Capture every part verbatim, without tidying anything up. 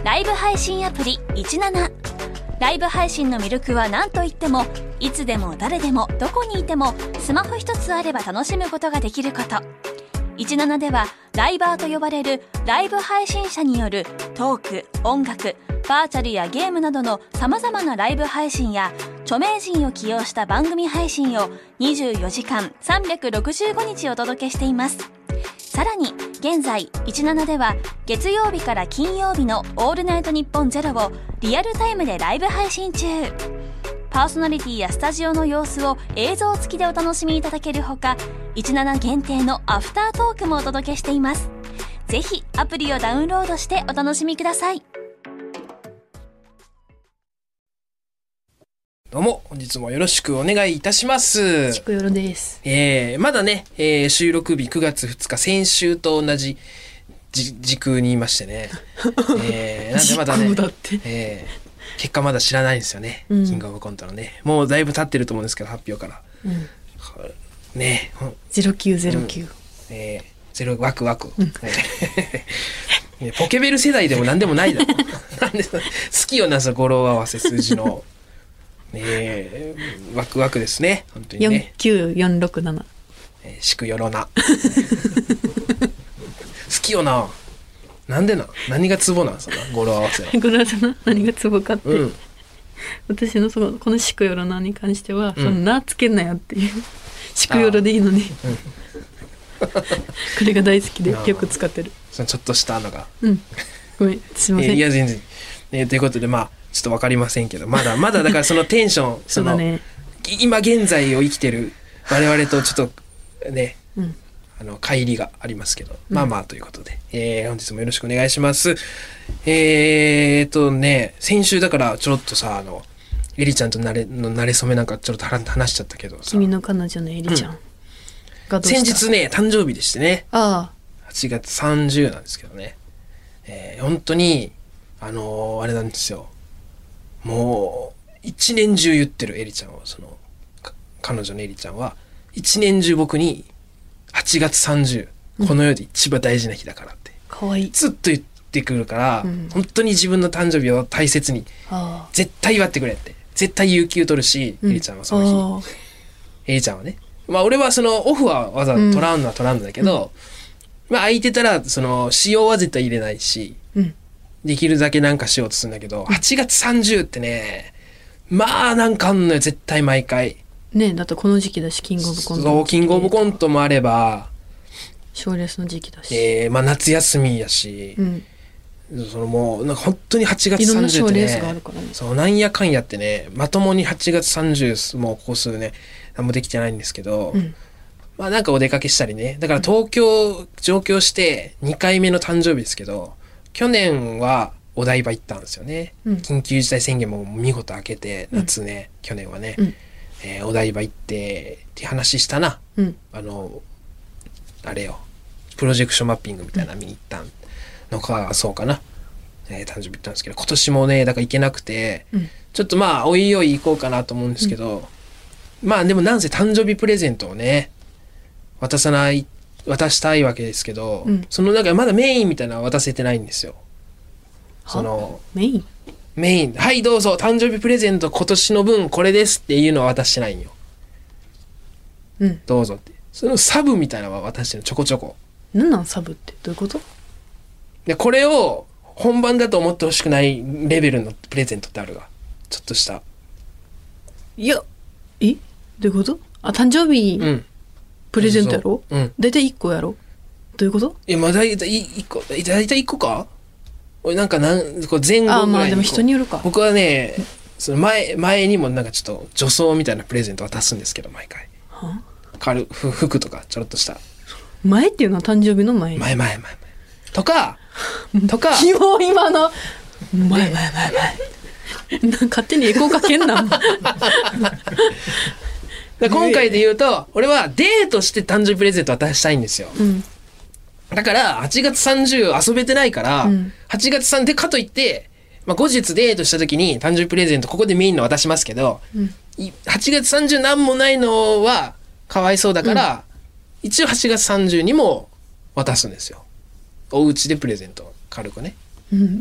ライブ配信アプリいちなな。ライブ配信の魅力は何といっても、いつでも誰でもどこにいてもスマホ一つあれば楽しむことができること。いちななではライバーと呼ばれるライブ配信者によるトーク、音楽、バーチャルやゲームなどの様々なライブ配信や著名人を起用した番組配信をにじゅうよじかんさんびゃくろくじゅうごにちお届けしています。さらに現在いちななでは月曜日から金曜日のオールナイトニッポンゼロをリアルタイムでライブ配信中。パーソナリティやスタジオの様子を映像付きでお楽しみいただけるほか、いちなな限定のアフタートークもお届けしています。ぜひアプリをダウンロードしてお楽しみください。 どうも本日もよろしくお願いいたします。 ちくよろです。 えー、まだね、えー、収録日くがつふつか、先週と同じじ時空にいましてね、えー、なんでまだね時空だって、 えー、結果まだ知らないんですよね、うん、キングオブコントのね。もうだいぶ経ってると思うんですけど、発表から、うん、ねゼロきゅうゼロきゅう、 うん、えー、ゼロワクワク、うん、ポケベル世代でも何でもないだろなんで好きよな、その語呂合わせ数字のえー、ワクワクですね、本当にね。 よんきゅうよんろくなな、 えー、しくよろな好きよな。なんでな、何がツボなんその語呂合わせは。 語呂合わせな、何がツボかって、うん、私のそのこのしくよろなに関しては、うん、そのなつけんなよっていうしくよろでいいのに、うん、これが大好きでよく使ってる。 そのちょっとしたのが、 うん、ごめんすいません、 えー、いや全然、えー、ということでまあちょっと分かりませんけど、まだまだだからそのテンションそのそうだね、今現在を生きてる我々とちょっとね、うん、あの乖離がありますけど、うん、まあまあということで、えー、本日もよろしくお願いします。えーとね先週だからちょろっとさ、あのエリちゃんとなれのなれそめなんかちょっと話しちゃったけどさ、 君の彼女のエリちゃん、うん、がどうした？ 先日ね誕生日でしてね、 あはちがつさんじゅうなんですけどね、えー、本当にあのー、あれなんですよ、もう一年中言ってるエリちゃんは、その彼女のエリちゃんは一年中僕にはちがつさんじゅう、うん、この世で一番大事な日だからってかわいいずっと言ってくるから、うん、本当に自分の誕生日を大切に絶対祝ってくれって、絶対有給取るし、うん、エリちゃんはその日、エリちゃんはね、まあ俺はそのオフはわざわざ取らんのは取らんのだけど、うん、まあ空いてたらその使用は絶対入れないし、うん、できるだけなんかしようとするんだけど、はちがつさんじゅうってね、まあなんかあんのよ絶対毎回ね。だってこの時期だし、キングオブコント、 そうキングオブコントもあれば賞レースの時期だし、 えー、まあ夏休みやし、うん、そのもうなんか本当にはちがつさんじゅうってね、いろんな賞レースがあるからね、そうなんやかんやってね、まともにはちがつさんじゅうもうここ数ね何もできてないんですけど、うん、まあなんかお出かけしたりね、だから東京上京してにかいめの誕生日ですけど、去年はお台場行ったんですよね、うん、緊急事態宣言も見事開けて夏ね、うん、去年はね、うん、えー、お台場行ってって話したな、うん、あのあれよプロジェクションマッピングみたいな見に行ったのか、そうかな、えー、誕生日行ったんですけど、今年もねだから行けなくて、うん、ちょっとまあおいおい行こうかなと思うんですけど、うん、まあでもなんせ誕生日プレゼントをね渡さない渡したいわけですけど、うん、そのなんかまだメインみたいなのは渡せてないんですよ。そのメインメインはいどうぞ誕生日プレゼント今年の分これですっていうのは渡してないんよ、うん、どうぞって。そのサブみたいなのは渡してる、ちょこちょこ。 なんなんサブってどういうこと？ でこれを本番だと思ってほしくないレベルのプレゼントってあるが、ちょっとした。 いやえどういうこと？あ誕生日、うん、プレゼントやろ、うん、だいたいいっこやろ、どういうこと？ いやまあだいたいいっこだいたいいっこか。俺なんかなんこう前後ぐらいにあまあでも人によるか。 僕はねその前前にもなんかちょっと女装みたいなプレゼント渡すんですけど、毎回は軽服とかちょろっとした前っていうのは誕生日の前前前前前とかとかキモ今の前前前前勝手にエコーかけんな今回で言うと俺はデートして誕生日プレゼント渡したいんですよ、うん、だからはちがつさんじゅう遊べてないから、うん、はちがつさんじゅうでかといって、まあ、後日デートした時に誕生日プレゼントここでメインの渡しますけど、うん、はちがつさんじゅうなんもないのはかわいそうだから、うん、一応はちがつさんじゅうにも渡すんですよ、お家でプレゼント軽くね、うんうん、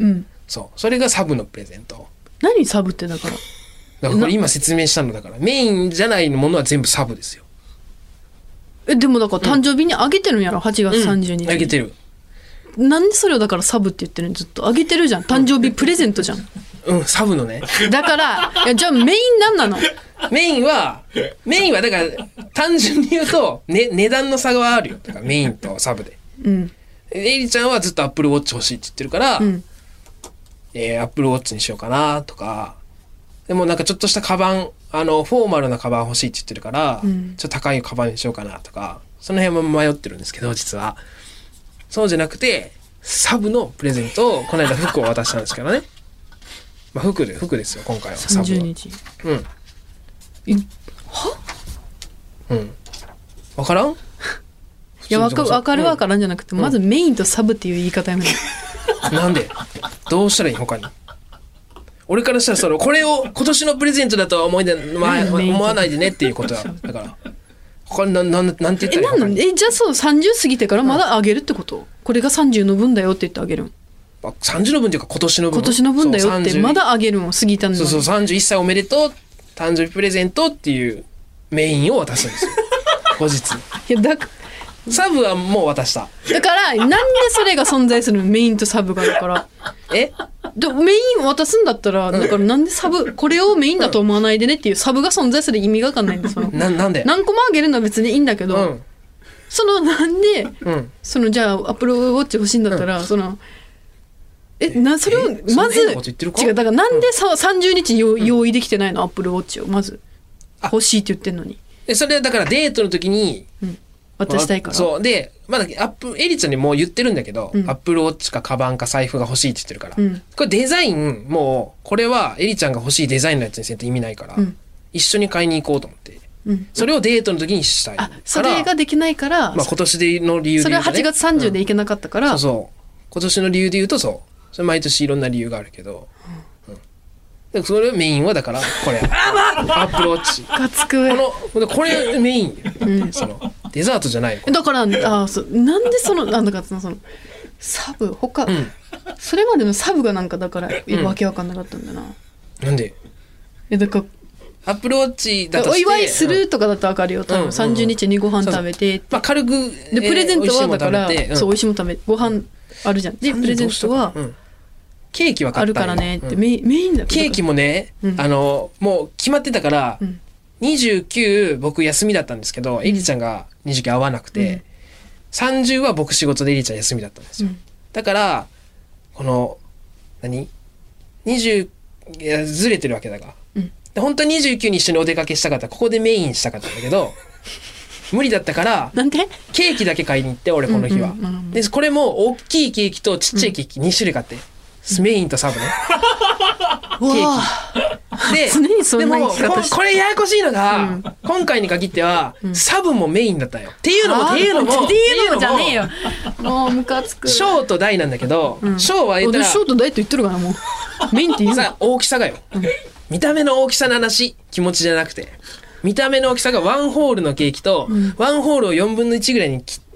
そうそれがサブのプレゼント。 何サブってだから。 だからこれ今説明したのだからメインじゃないものは全部サブですよ。 えでもだから誕生日にあげてるんやろ、はちがつさんじゅうにちに、 うん、あげてる。 なんでそれをだからサブって言ってるの。ずっとあげてるじゃん、誕生日プレゼントじゃん。 うんサブのね。 だからいやじゃあメインなんなの。 メインはメインはだから単純に言うと、ね、値段の差があるよ。だからメインとサブで。うん。エリちゃんはずっとアップルウォッチ欲しいって言ってるから、うん、えー、アップルウォッチにしようかなとか。でもなんかちょっとしたカバン、あのフォーマルなカバン欲しいって言ってるから、うん、ちょっと高いカバンにしようかなとか、その辺も迷ってるんですけど、実はそうじゃなくてサブのプレゼントをこの間服を渡したんですけどね。まあ服で服ですよ今回は。 さんじゅうにち。 うん。えは？うん。わからん？いやわかわかるわからんじゃなくて、うん、まずメインとサブっていう言い方やめる。 なんで？どうしたらいい他に？俺からしたらそのこれを今年のプレゼントだとは思いで、まあ、思わないでねっていうことだ。だから他になななんて言ったらいいの？え、なんえじゃあそうさんじゅう過ぎてからまだあげるってこと？うん、これがさんじゅうの分だよって言ってあげるん。 あさんじゅうの分っていうか今年の分。今年の分だよってまだあげるんを過ぎたんだ。 そうそうさんじゅういっさいおめでとう誕生日プレゼントっていうメインを渡すんですよ。後日。いやだサブはもう渡した。 だからなんでそれが存在するの？メインとサブがあるから。 え？ でメインを渡すんだったら、だからなんでサブこれをメインだと思わないでねっていうサブが存在する意味が分かんないんですよ。 な, なんで何個もあげるのは別にいいんだけど、うん、そのなんで、うん、そのじゃあアップルウォッチ欲しいんだったら、うん、そのえなそれをまず違うだからなんでさ、うん、さんじゅうにち用意できてないの？アップルウォッチをまず欲しいって言ってんのに。 えそれはだからデートの時に、うん渡したいから。 そうでまだアップエリちゃんにもう言ってるんだけど、うん、アップルウォッチかカバンか財布が欲しいって言ってるから、うん、これデザインもうこれはエリちゃんが欲しいデザインのやつにせんと意味ないから、うん、一緒に買いに行こうと思って、うん、それをデートの時にしたいから。 あそれができないから、 まあ、今年での理由で言うと、ね、それははちがつさんじゅうでいけなかったから、 うん、そうそう今年の理由で言うとそうそれ毎年いろんな理由があるけど、うんうん、それメインはだからこれアップルウォッチがつくこのこれメイン、うん、そのデザートじゃないだからあそなんでそのなんだかそのサブ他、うん、それまでのサブがなんかだから、うん、わけわかんなかったんだな。 なんでえだからアップルウォッチだとしてお祝いするとかだとわかるよ。多分さんじゅうにちにご飯食べて、 まあ、軽くでプレゼントはだから、えー、そう美味しいもの食べご飯あるじゃん。でプレゼントは、うん、 ケーキは買ったあるからねって、うん、メ, メインだケーキもね、うん、あのもう決まってたから、うん、にじゅうきゅう僕休みだったんですけど、うん、エリちゃんがにじゅうきゅう合わなくて、うん、さんじゅうは僕仕事でエリちゃん休みだったんですよ、うん、だからこの何にじゅういやずれてるわけだが、うん、で本当はにじゅうきゅうに一緒にお出かけしたかったらここでメインしたかったんだけど無理だったからなんでケーキだけ買いに行って俺この日は、うんうんうんうん、でこれも大きいケーキとちっちゃいケーキに種類買って、うん、メインとサブねケーキで常にそんな生き方してでもこれややこしいのが、うん、今回に限っては、うん、サブもメインだったよっていうのもっていうのもっていうのもじゃねえよもうムカつくショーと大なんだけど、うん、ショーは言ったらショーと大と言ってるからもうメインって言うさ大きさがよ、うん、見た目の大きさの話気持ちじゃなくて見た目の大きさがワンホールのケーキと、うん、ワンホールをよんぶんのいちぐらいに切った、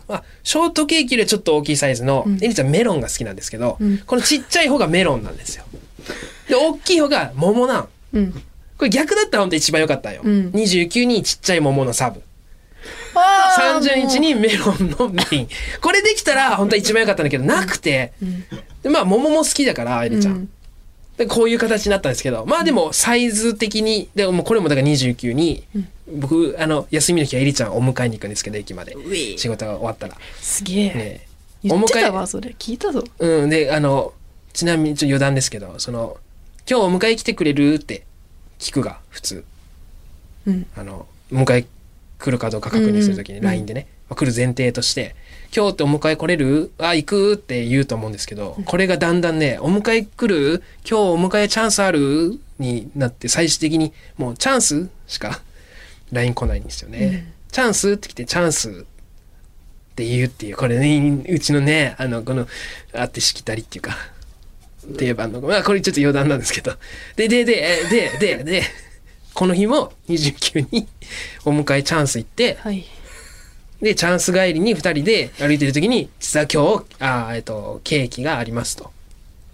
まあ、ショートケーキよりちょっと大きいサイズの、うん、エリちゃんメロンが好きなんですけど、うん、このちっちゃい方がメロンなんですよで大きい方が桃なん、うん、これ逆だったら本当一番良かったよ、うん、にじゅうきゅうにちっちゃい桃のサブさんじゅうにちにメロンのメインこれできたら本当は一番良かったんだけどなくて、うん、でまあ桃も好きだからエリちゃん、うん、でこういう形になったんですけどまあでもサイズ的にでもこれもだからにじゅうきゅうに、うん、僕あの休みの日はエリちゃんをお迎えに行くんですけど駅まで仕事が終わったらすげえ、ね、言ってたわそれ聞いたぞうんであのちなみにちょっと余談ですけどその今日お迎え来てくれるって聞くが普通、うん、あのお迎え来るかどうか確認するときに ライン でね、うん、来る前提として今日ってお迎え来れるあ行くって言うと思うんですけど、うん、これがだんだんねお迎え来る今日お迎えチャンスあるになって最終的にもうチャンスしか ライン 来ないんですよね、うん、チャンスって来てチャンスって言うっていうこれねうちのねあのこのあってしきたりっていうか定番のまあこれちょっと余談なんですけどででででででこの日もにじゅうきゅうにお迎えチャンス行って、はい、でチャンス帰りにふたりで歩いてる時に実は今日あ、えっと、ケーキがありますと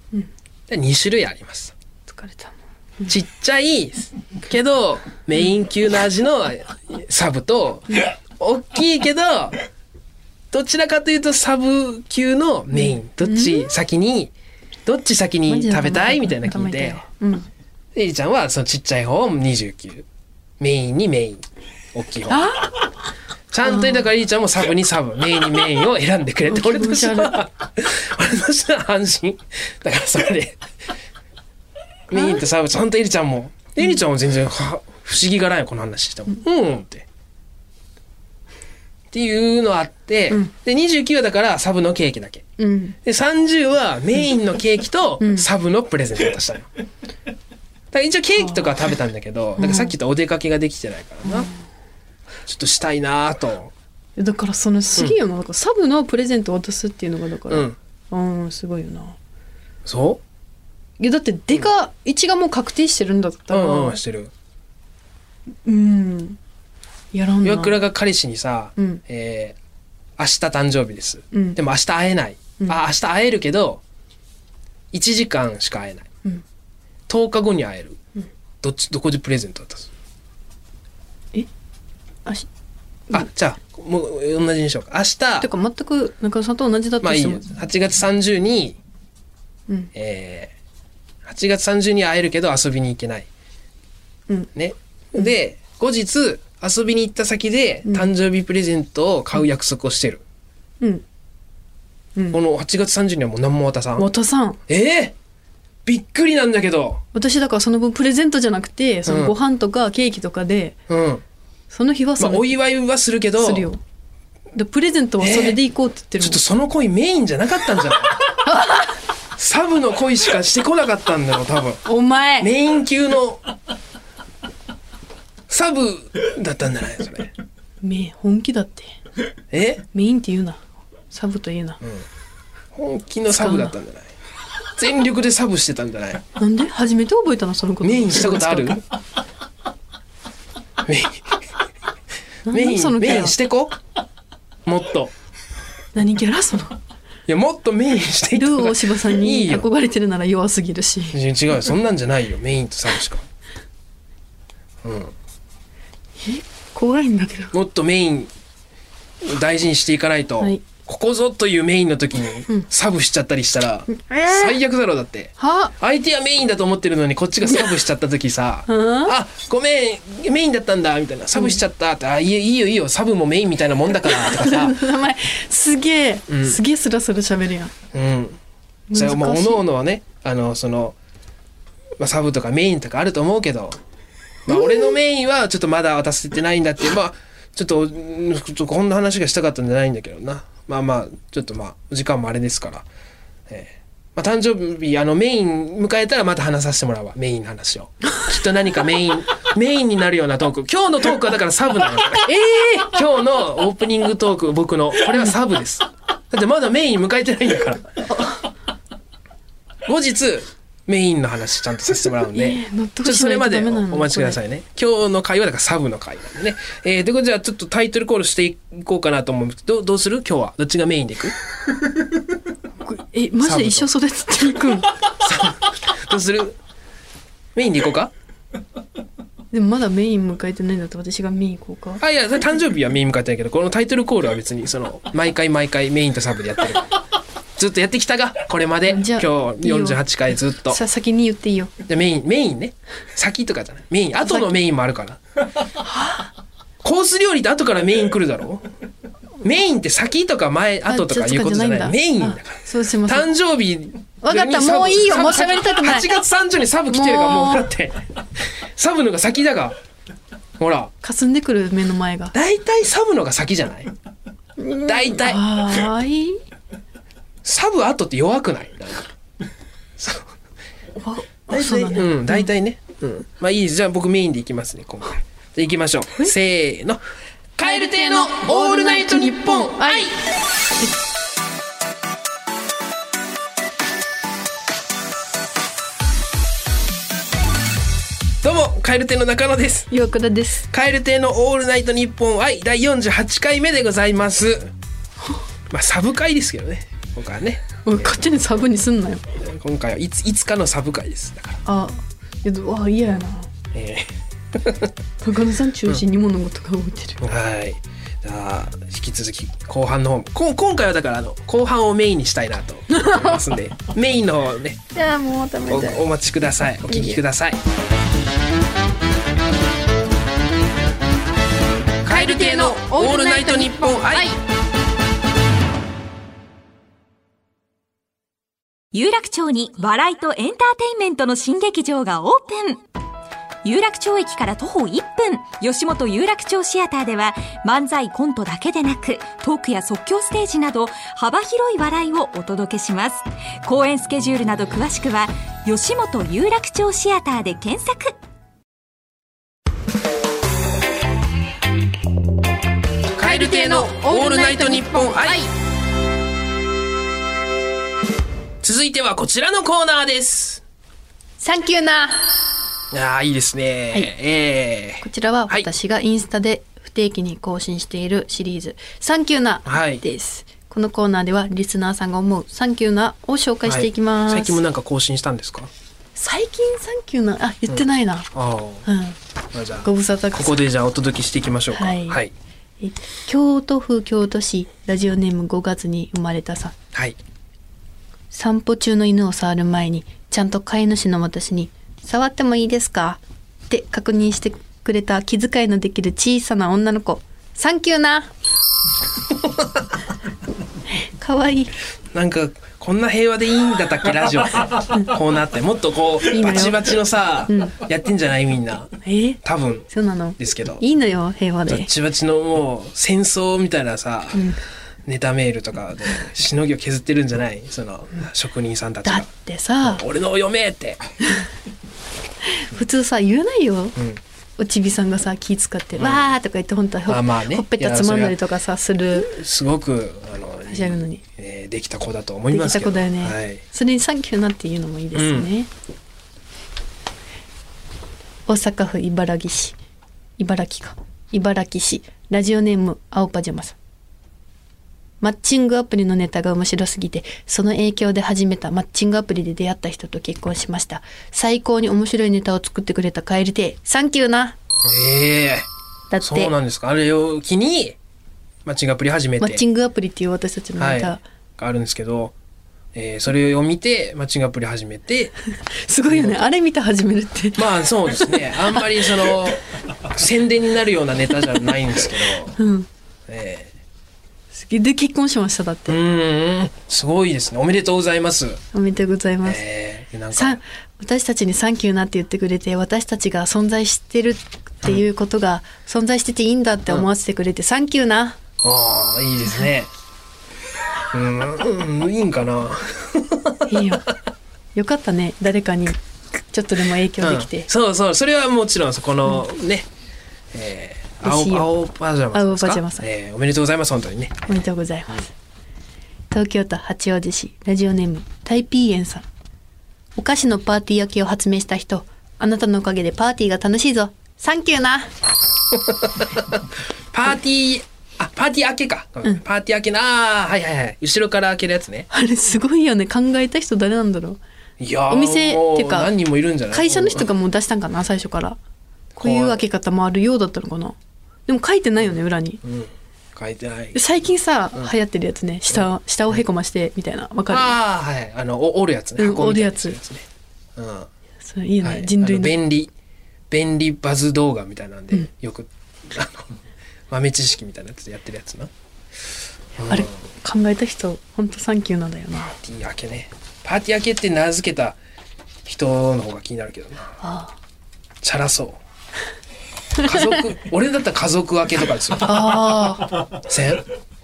うん、 でに種類あります。 疲れた、 うん、ちっちゃいけどメイン級の味のサブと、大きいけどどちらかというとサブ級のメイン、どっち先に、どっち先に食べたいみたいな聞いて、うん、エリちゃんはそのちっちゃい方にじゅうきゅう、メインにメイン、大きい方。ちゃんとだからエリちゃんもサブにサブ、メインにメインを選んでくれて、俺としては俺としては安心だから、それでメインとサブ、ちゃんとエリちゃんも、エリちゃんも全然不思議がないよこの話しても、うん、うんってっていうのあって、うん、でにじゅうきゅうはだからサブのケーキだけ、うん、でさんじゅうはメインのケーキとサブのプレゼント渡したの、うん、だから一応ケーキとかは食べたんだけど、だからさっき言ったお出かけができてないからな、うん、ちょっとしたいなと。 だからそのすげえよな、うん、だからサブのプレゼントを渡すっていうのがだから、うん、うん、すごいよな。 そういやだってデカ、うん、いちがもう確定してるんだったら、 うんうん、してる。 うんやらんな。 岩倉が彼氏にさ、うん、えー、明日誕生日です、うん、でも明日会えない、うん、あ明日会えるけどいちじかんしか会えない、うん、とおかごに会える、うん、どっちどこでプレゼントだったす？ えあしあじゃあもう同じにしようか。明日てか全く中田さんと同じだったとしても、まあいい、 はちがつさんじゅうに、うんえー、はちがつさんじゅうに会えるけど遊びに行けない、うんね、で後日遊びに行った先で誕生日プレゼントを買う約束をしてる、うんうん、このはちがつさんじゅうにはもう何も渡さん渡さん。 えー、びっくりなんだけど。 私だからその分プレゼントじゃなくてそのご飯とかケーキとかで、うん、その日はそれ、 まあ、お祝いはするけどするよ。でプレゼントはそれで行こうって言ってるもん、 えー、ちょっとその恋メインじゃなかったんじゃないサブの恋しかしてこなかったんだよ多分。 お前メイン級のサブだったんじゃないそれ。 め本気だって。 えメインって言うな、サブと言うな、うん、 本気のサブだったんじゃない。全力でサブしてたんじゃない。 なんで初めて覚えたのそのこと。 メインしたことある？メインメインメインしてこもっと。 何キャラその。 いやもっとメインしていったルー大柴さんに憧れてるなら弱すぎるし。 いい違うそんなんじゃないよメインとサブしか。うんえ怖いんだけど。 もっとメイン大事にしていかないと、はい、ここぞというメインの時にサブしちゃったりしたら、うん、最悪だろう。だっては相手はメインだと思ってるのにこっちがサブしちゃった時さあごめんメインだったんだみたいな、サブしちゃったって、うん、あいいよいいよいいよサブもメインみたいなもんだからとかさ名前すげえ、うん、すげえスラスラ喋るやん。 うんそれもおのおのはねあのその、まあ、サブとかメインとかあると思うけど、まあ、俺のメインはちょっとまだ渡せてないんだっていう、まあちょっとちょっとこんな話がしたかったんじゃないんだけどな。まあまあちょっとまあ時間もあれですから、えーまあ、誕生日あのメイン迎えたらまた話させてもらうわ。メインの話をきっと何かメインメインになるようなトーク。今日のトークはだからサブなの。えー、今日のオープニングトーク僕のこれはサブです。だってまだメイン迎えてないんだから後日メインの話ちゃんとさせてもらうんで、えー、ちょっとそれまでお待ちくださいね。今日の回はだからサブの回なんでね。えー、ということでじゃあちょっとタイトルコールしていこうかなと思うんですけど、どうする？今日はどっちがメインでいく？ えマジで一生それつっていくん？どうする？メインでいこうか？ でもまだメイン迎えてないんだったら私がメイン行こうか。 あいや誕生日はメイン迎えてないけど、このタイトルコールは別にその毎回毎回メインとサブでやってる。ずっとやってきたがこれまで今日よんじゅうはちかいずっと。 さ先に言っていいよ。 でメインメインね先とかじゃないメイン後のメインもあるからコース料理って後からメイン来るだろ。メインって先とか前後とかいうことじゃない。メインだから。 そうします。 誕生日分かったもういいよもう喋りたくない。 はちがつさんじゅうにサブ来てるからもうだってサブのが先だがほら霞んでくる目の前が。 だいたいサブのが先じゃない。だいたいはいサブ後って弱くない？大体うん大体ね、うん、まあいいじゃあ僕メインでいきますね今回。じゃあいきましょうせーの。蛙亭のオールナイトニッポン愛。どうも蛙亭の中野です。 岩倉です。 蛙亭のオールナイトニッポン愛だいよんじゅうはちかいめでございます。まあサブ回ですけどね今回はね。 勝手にサブにすんなよ。 今回はいついつかのサブ会ですだから。 あ、いや、わあ嫌やな。 えー、高野さん中心に物事が動いてる。 うん、はい。じゃあ引き続き後半の方、こ今回はだからあの後半をメインにしたいなと思いますんでメインの方ね。 いやもうダメだよ。 お, お待ちください。お聞きください。カエル亭のオールナイトニッポン愛。 有楽町に笑いとエンターテインメントの新劇場がオープン。有楽町駅から徒歩いっぷん、吉本有楽町シアターでは漫才コントだけでなくトークや即興ステージなど幅広い笑いをお届けします。公演スケジュールなど詳しくは吉本有楽町シアターで検索。 カエル亭のオールナイトニッポン愛。続いてはこちらのコーナーです。 サンキューな。 ああいいですね、はいえー、 こちらは私がインスタで不定期に更新しているシリーズ、はい、サンキューなです、はい、このコーナーではリスナーさんが思うサンキューなを紹介していきます、 はい、最近もなんか更新したんですか？ 最近サンキューなあ言ってないな、うん、あ、 うん、じゃあご無沙汰。 ここでじゃあお届けしていきましょうか。はい、はい、 京都府京都市ラジオネームごがつに生まれたさん、 はい、 散歩中の犬を触る前にちゃんと飼い主の私に触ってもいいですかって確認してくれた気遣いのできる小さな女の子、サンキューな。かわいい。 なんかこんな平和でいいんだったっけラジオってこうなってもっとこうバチバチのさ、うん、やってんじゃないみんな。 えー、 多分そうなのですけどいいのよ平和で。 バチバチのもう戦争みたいなさ、うん、ネタメールとかでしのぎを削ってるんじゃないその職人さんたちが。 だってさ俺の嫁って普通さ言えないよ、うん、おちびさんがさ気使って、うん、わーとか言って本当は ほ,、まあね、ほっぺたつまんだりとかさするすごくあのはしゃぐのに、 えー、できた子だと思いますけど。 できた子だよね、はい、それにサンキューなっていうのもいいですね、うん、大阪府茨城市茨城か茨城市ラジオネーム青パジャマさん。マッチングアプリのネタが面白すぎてその影響で始めたマッチングアプリで出会った人と結婚しました。最高に面白いネタを作ってくれたカエル亭サンキューな。 ええー、だってそうなんですか。あれを機にマッチングアプリ始めてマッチングアプリっていう私たちのネタ、はい、 があるんですけど、えー、それを見てマッチングアプリ始めてすごいよねあれ見て始めるってまあそうですねあんまりその宣伝になるようなネタじゃないんですけど、うんえーで結婚しましただって。 うんすごいですね。おめでとうございます。 おめでとうございます、えー、なんかさ私たちにサンキューなって言ってくれて私たちが存在してるっていうことが、うん、存在してていいんだって思わせてくれて、うん、サンキューな。 ああいいですねうん、うん、いいんかないいよよかったね誰かにちょっとでも影響できて、 うん、そうそうそれはもちろんそこの、うん、ねえー青, 青パジャマさんですか。青パジャマさん、えー、おめでとうございます本当にね。 おめでとうございます、うん、東京都八王子市ラジオネームタイピーエンさん。お菓子のパーティー焼きを発明した人、あなたのおかげでパーティーが楽しいぞサンキューなパーティーあパーティー明けか、うん、パーティー明けなはいはいはい後ろから開けるやつね。 あれすごいよね考えた人誰なんだろう。 いやお店っていうか何人もいるんじゃない。 会社の人がもう出したんかな最初からこういう開け方もあるようだったのかな。でも書いてないよね裏に、うん、書いてない。最近さ、うん、流行ってるやつね 下, 下をへこましてみたいなわかる。 ああはいあの折るやつね、 うん、折るやつ、ねうん、それいいね、はい、人類の便利便利バズ動画みたいなんで、うん、よくあの豆知識みたいなやつでやってるやつな、 うん、あれ考えた人ほんとサンキューなんだよな。 パーティー明けねパーティー明けって名付けた人の方が気になるけどな。ああチャラそう家族俺だったら家族分けとかですよ。ああせん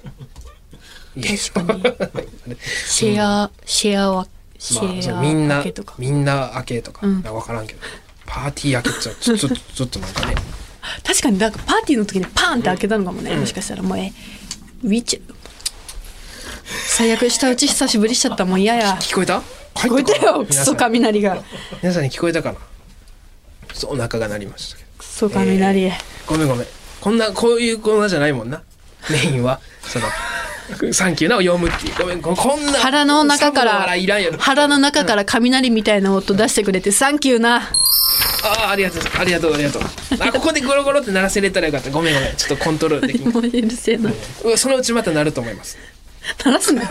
確かにシェアシェアはシェアみんなみんな明けとか、うん、分からんけどパーティー明けってちょっとちょっとなんかね確かになんかパーティーの時にパーンって開けたのかもね、うん、もしかしたらもうえウィッチ最悪下打ち久しぶりしちゃったもう嫌や。 聞こえた聞こえたよクソ雷が皆さんに聞こえたかな。そうお腹が鳴りましたけどクソ雷、えー、 ごめんごめんこんなこういうコーナーじゃないもんなメインはそのサンキューなを読むっていう。ごめん、こんな腹の中から腹の中から雷みたいな音出してくれてサンキューな。 ああ、ありがとうありがとうありがとう。あ、ここでゴロゴロって鳴らせれたらよかった。ごめんごめん、ちょっとコントロールできない。 もう許せない。 そのうちまた鳴ると思います。 鳴らすんだ。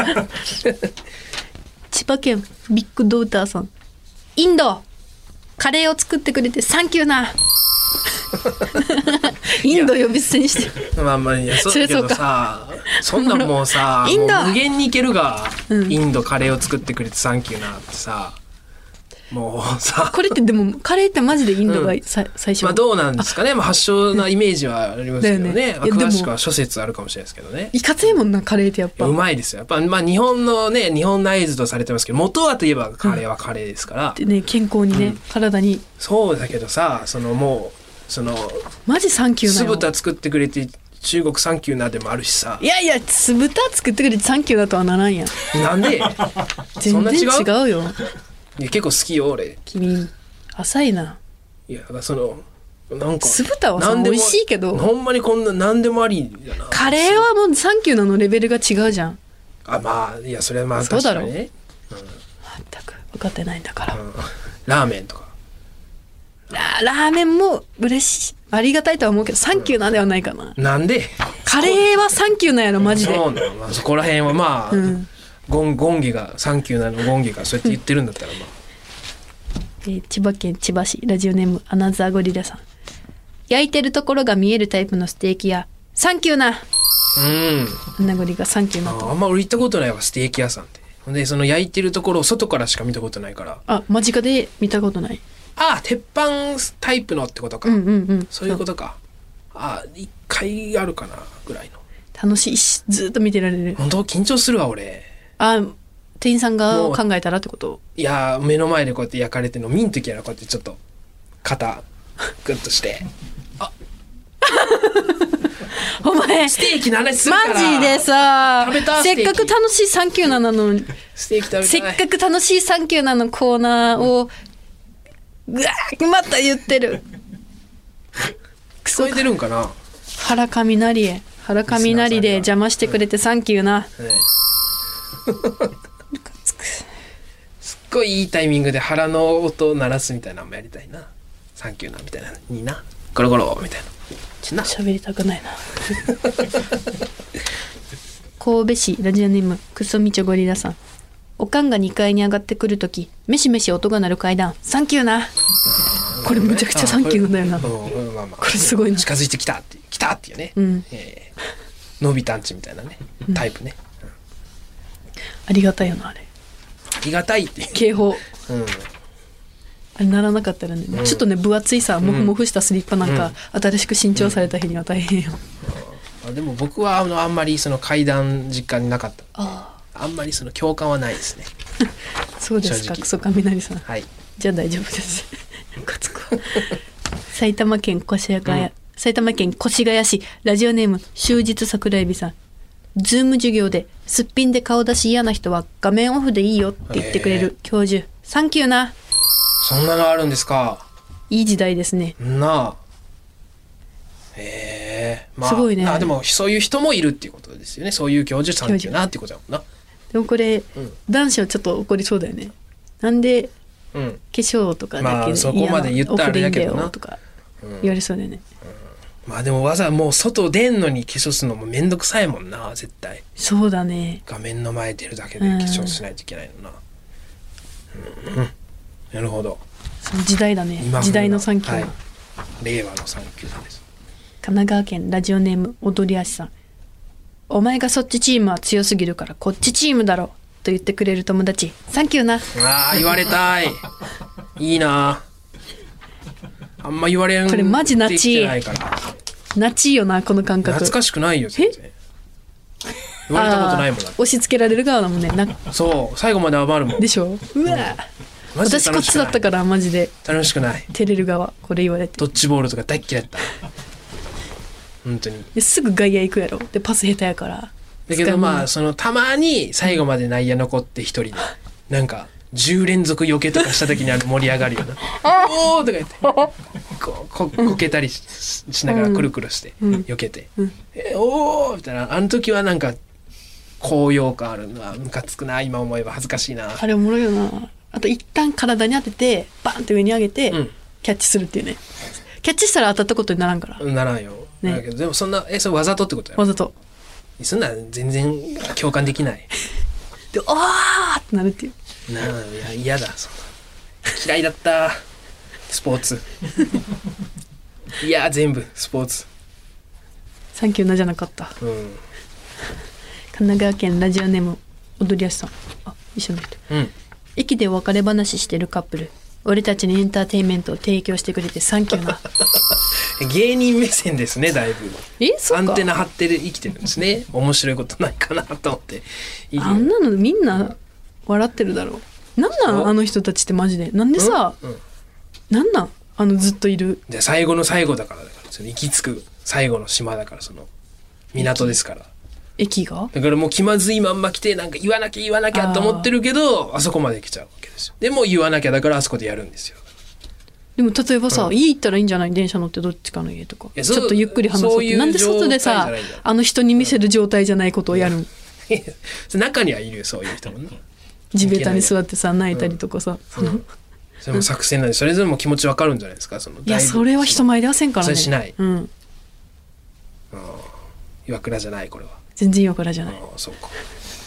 千葉県ビッグドーターさん、インドカレーを作ってくれてサンキューな。インド呼び捨てにして。 まあまあいや、そうだけどさ、そんなんもうさ、 インドもう無限にいけるが、 うん、 インドカレーを作ってくれてサンキューなってさ、もうさ、 これってでもカレーってマジでインドがさ、うん、最初。 まあどうなんですかね。まあ発祥なイメージはありますけどね。ね、詳しくは諸説あるかもしれないですけどね。 いかついもんなカレーってやっぱ。 うまいですよ。やっぱまあ日本のね、日本内図とされてますけど、元はといえばカレーはカレーですから。 うん、でね、健康にね、うん、体に。 そうだけどさ、そのもうそのマジサンキューなよ。 酢豚作ってくれて中国サンキューなでもあるしさ。 いやいや、酢豚作ってくれてサンキューだとはならんやん。 なんで？ 全然違うよ。 いや結構好きよ俺。 君浅いな。 いやだからそのなんか酢豚はさ美味しいけど、 ほんまにこんな何でもありだな。 カレーはもうサンキューなのレベルが違うじゃん。 あ、まあいやそれはまあ確かにね。 そうだろ。うん、全く分かってないんだから。うん、 ラーメンとか。 ラ, ラーメンも嬉しい、ありがたいとは思うけどサンキューなんではないかな。 うん、なんで？ カレーはサンキューなんやろマジで。 そうなの、まあ、そこら辺はまあ、うん、ゴンゴンギがサンキューなのゴンギがそうやって言ってるんだったらまあ。 えー、千葉県千葉市ラジオネームアナザーゴリラさん、焼いてるところが見えるタイプのステーキ屋サンキューな。うん。アナゴリがサンキューなと。 あんま俺行ったことないわステーキ屋さんって。でその焼いてるところを外からしか見たことないから。 あ、間近で見たことない。 ああ、鉄板タイプのってことか。 うんうんうん。 そういうことか。ああ、一回あるかなぐらいの。 楽しいし、ずっと見てられる。 本当緊張するわ俺。 あ、店員さんが考えたらってこと？ いや目の前でこうやって焼かれてるの見んときやらこうやってちょっと肩グッとして。あ。 お前ステーキの話するから。 マジでさ、 食べたせっかく楽しいサンキューなのに。 ステーキ食べたい。 せっかく楽しいサンキューなのコーナーを。ぐわーまた言ってる。 聞こえてるんかな。 腹雷へ腹雷で邪魔してくれてサンキューな、ね、 すっごいいいタイミングで腹の音を鳴らすみたいなのもやりたいな。サンキューなみたいなにな、ゴロゴロみたいな喋りたくないな。神戸市ラジオネームクソミチョゴリラさん、おかんがにかいに上がってくるときメシメシ音が鳴る階段サンキューな。これめちゃくちゃサンキューだよな。これ、まあまあ、これすごいな。 近づいてきたって来たっていうね、 うんえー、のびたんちみたいなねタイプね、うん、 ありがたいよなあれ。 ありがたいっていう警報、 うん、 あれならなかったらね、うん、ちょっとね分厚いさモフモフしたスリッパなんか、うん、新しく新調された日には大変よ、 うん、でも僕はあのあんまりその階段実家になかった。ああんまりその共感はないですね。 そうですか。クソ雷さん、 はい、 じゃあ大丈夫です。埼玉県越谷、うん、埼玉県越谷市ラジオネーム終日桜エビさん、ズーム授業ですっぴんで顔出し嫌な人は画面オフでいいよって言ってくれる教授サンキューな。 そんなのあるんですか。 いい時代ですね。 なあ、へえ、まあ、 すごいね。 あでもそういう人もいるっていうことですよね。そういう教授サンキューなっていうことだもんな。 でもこれ、うん、男子はちょっと怒りそうだよね。なんでうん、 化粧とかだけで、 まあ、そこまで言ったらあれだけどなとか言われそうだよね、 うんうん、まあでもわざもう外出んのに化粧するのもめんどくさいもんな絶対。 そうだね。 画面の前出るだけで化粧しないといけないのな、うんうん、なるほど。 その時代だね。時代のサンキュー、はい、 令和のサンキューです。 神奈川県ラジオネーム踊り足さん、お前がそっちチームは強すぎるからこっちチームだろと言ってくれる友達サンキューな。 あー言われたい。いいな。あんま言われん。 これマジナチナチよなこの感覚。 懐かしくないよ全然。言われたことないもん。 押し付けられる側だもんね。なそう最後まで余るもんでしょ。うわ、うん、私こっちだったからマジで楽しくない。 照れる側。これ言われてドッジボールとか大っ嫌いだった。本当にすぐ外野行くやろ。でパス下手やからだけどまあそのたまに最後まで内野残って一人でなんかじゅう連続避けとかした時にあの盛り上がるよな。おーとか言ってこここけたり し, しながらくるくるして避けて、うんうん、えおーみたいな。あの時はなんか高揚感あるのはムカつくな、今思えば恥ずかしいな。 あれおもろいよな。あと一旦体に当ててバンって上に上げて、 うん、 キャッチするっていうね。キャッチしたら当たったことにならんから。 ならんよ、ね、だけどでもそんなえそれわざとってことやろ。 わざとそんな全然共感できないであーってなるっていう。 なあ、いや嫌だ、そんな嫌いだったスポーツいや全部スポーツサンキューなじゃなかった、 うん、 神奈川県ラジオネーム踊りやすさん。あ、一緒の人、 うん、 駅で別れ話してるカップル、俺たちにエンターテインメントを提供してくれてサンキューな芸人目線ですね、だいぶ。 え、そうか。 アンテナ張ってる生きてるんですね。面白いことないかなと思っていい。 あんなのみんな笑ってるだろう。なんなんあの人たちってマジで。なんでさ、うんうん、なんなんあのずっといる。 で最後の最後だからだからその行き着く最後の島だから、その港ですから。 駅がだからもう気まずいまんま来てなんか言わなきゃ言わなきゃと思ってるけど あ, あそこまで来ちゃうわけですよ。でも言わなきゃだからあそこでやるんですよ。 でも例えばさ、うん、家行ったらいいんじゃない、電車乗ってどっちかの家とかちょっとゆっくり話そうって。なんで外でさあの人に見せる状態じゃないことをやるん中にはいるよそういう人もね。 地べたに座ってさ泣いたりとかさ、 うんうん、それも作戦なんでそれぞれも気持ちわかるんじゃないですか。そのいやそれは人前ではせんからね。 それしない、 うん、 岩倉じゃないこれは。 全然岩倉じゃない。 あそうか。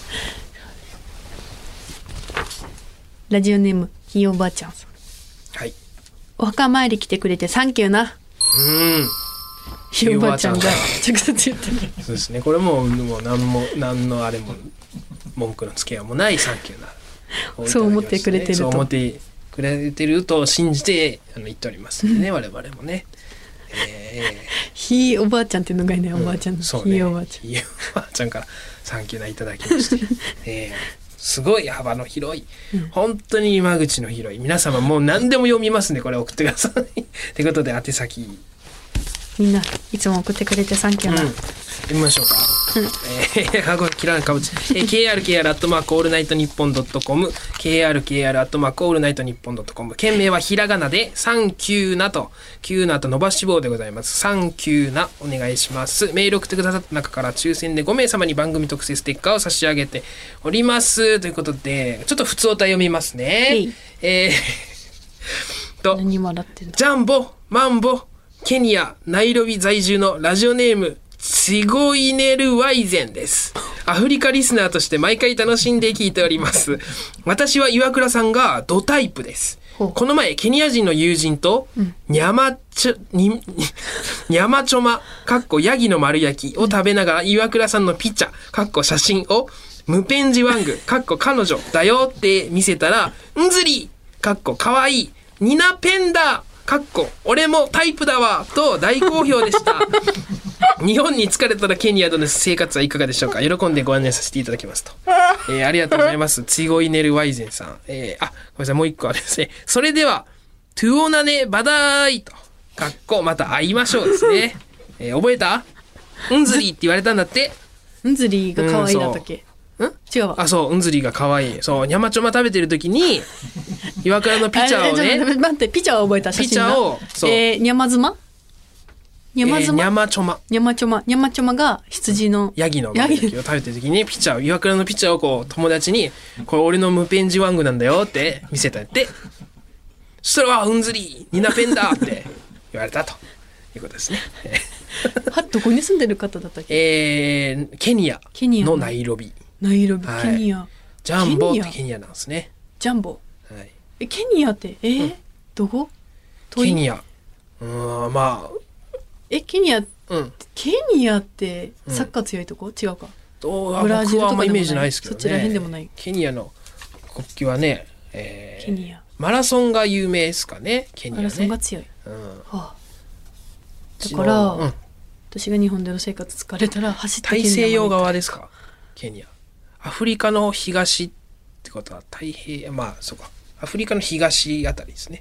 ラジオネームひいおばあちゃんさん。 はい。 お墓参り来てくれてサンキューな。 うん。 ひいおばあちゃんが直接言ってる。 そうですね。これももう何も何のあれも文句のつけようもないサンキューな。 そう思ってくれてると。 そう思ってくれてると信じてあの言っておりますのでね、我々もね。えー、 ひいおばあちゃんっていうのがいいね、おばあちゃんの、 うんね、 ひいおばあちゃん。 ひいおばあちゃんからサンキューないただきまして、えー、すごい幅の広い、うん、本当に間口の広い皆様もう何でも読みますんでこれ送ってくださいということで宛先みんないつも送ってくれてサンキューな、 うん、読みましょうか、うんえー、これキラーかぶち、えー、ケーアールケーアール アットマークオールナイトニッポンドットコム ケーアールケーアール アットマークオールナイトニッポンドットコム件名はひらがなでサンキューなとキューなと伸ばし棒でございます。サンキューなお願いします。メール送ってくださった中から抽選でごめいさまに番組特製ステッカーを差し上げておりますということでちょっと普通歌読みますね。えー、と何笑ってんだ。 ジャンボマンボケニアナイロビ在住のラジオネームチゴイネルワイゼンです。アフリカリスナーとして毎回楽しんで聞いております。私は岩倉さんがドタイプです。この前ケニア人の友人と、うん、ニャマチョニニャマチョマかっこヤギの丸焼きを食べながら岩倉さんのピッチャかっこ写真をムペンジワングかっこ彼女だよって見せたらんずりかっこかわいいニナペンダかっこ俺もタイプだわと大好評でした日本に疲れたらケニアでの生活はいかがでしょうか。喜んでご案内させていただきますと、えー、ありがとうございます。ツゴイネルワイゼンさん、えー、あごめんなさいもう一個あれですね。それではトゥオナネバダーイとかっこまた会いましょうですね、えー、覚えたうんずりって言われたんだって。 うんずりが可愛いだったっけ。ん違うわ。 あそううんずりが可愛い。そうニャマチョマ食べてる時に岩倉のピチャーをね待ってピチャーを覚えた写真。 ピチャーをそう、 えー、ニャマズマニャマズマ、 えー、ニャマチョマニャマチョマニャマチョマが羊のヤギの丸焼きを食べてる時にピチャー岩倉のピチャーをこう友達にこれ俺のムペンジワングなんだよって見せたってそしたらうんずりニナペンダって言われたということですねはどこに住んでる方だったっけ。 えー、ケニアのナイロビ。 ナイロビ、はい、ケニアジャンボってケニアなんですね。 ジャンボ、 はい、 えケニアってえーうん、どこケニアうんまあえケニア、 うん、 ケニアってサッカー強いとこ、うん、違うか。 どうブラジルとかでもない。僕はあんまイメージないですけどね。 そちら辺でもない。 ケニアの国旗はね、えー、 ケニアマラソンが有名ですかね。ケニアね。 マラソンが強い、 うんはあ、だから、うん、私が日本での生活疲れたら走ってケニア大西洋側ですかケニア。アフリカの東ってことは太平まあそうかアフリカの東あたりですね。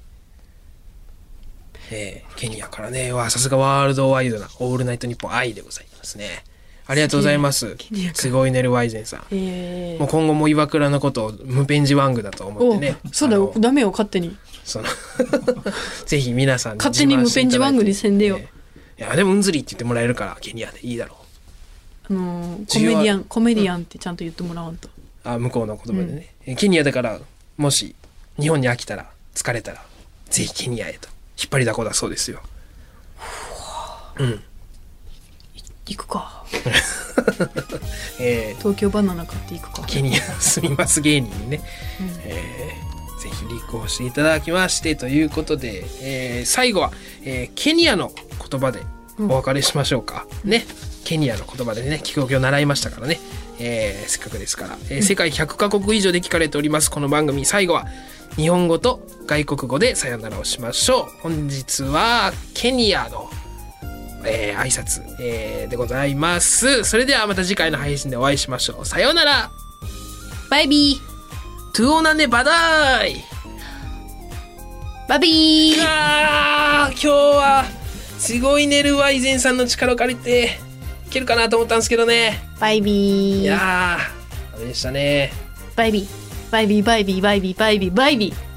えー、ケニアからねわさすがワールドワイドなオールナイトニッポン愛でございますね。ありがとうございます。すごいネルワイゼンさん、 えー、 もう今後も岩倉のことをムペンジワングだと思ってね。 そうだよダメよ勝手にそのぜひ皆さんに勝手にムペンジワングにせんでよ、 えー、いやでもうんずりって言ってもらえるからケニアでいいだろう。 あのー、コメディアンコメディアンってちゃんと言ってもらわんと、 うん、あ向こうの言葉でね、うん、ケニアだからもし日本に飽きたら疲れたらぜひケニアへと引っ張りだこだそうですよ。うん行くか、 えー、 東京バナナ買っていくか。 ケニア住みます芸人にね、うんえー、ぜひ立候補していただきましてということで、えー、最後は、えー、ケニアの言葉でお別れしましょうか、うん、ねケニアの言葉でね帰国を習いましたからね、えー、せっかくですから、えー、世界ひゃくカ国以上で聞かれておりますこの番組、最後は日本語と外国語でさよならをしましょう。本日はケニアのえー、挨拶、えー、でございます。それではまた次回の配信でお会いしましょう。さようなら。 バイビー。 トゥオナネバダーイ。 バビー。 あー今日はすごい寝るわ。以前さんの力を借りていけるかなと思ったんですけどね。 バイビー。 いやーダメでしたね。 バイビーバイビーバイビーバイビーバイビーバイビー。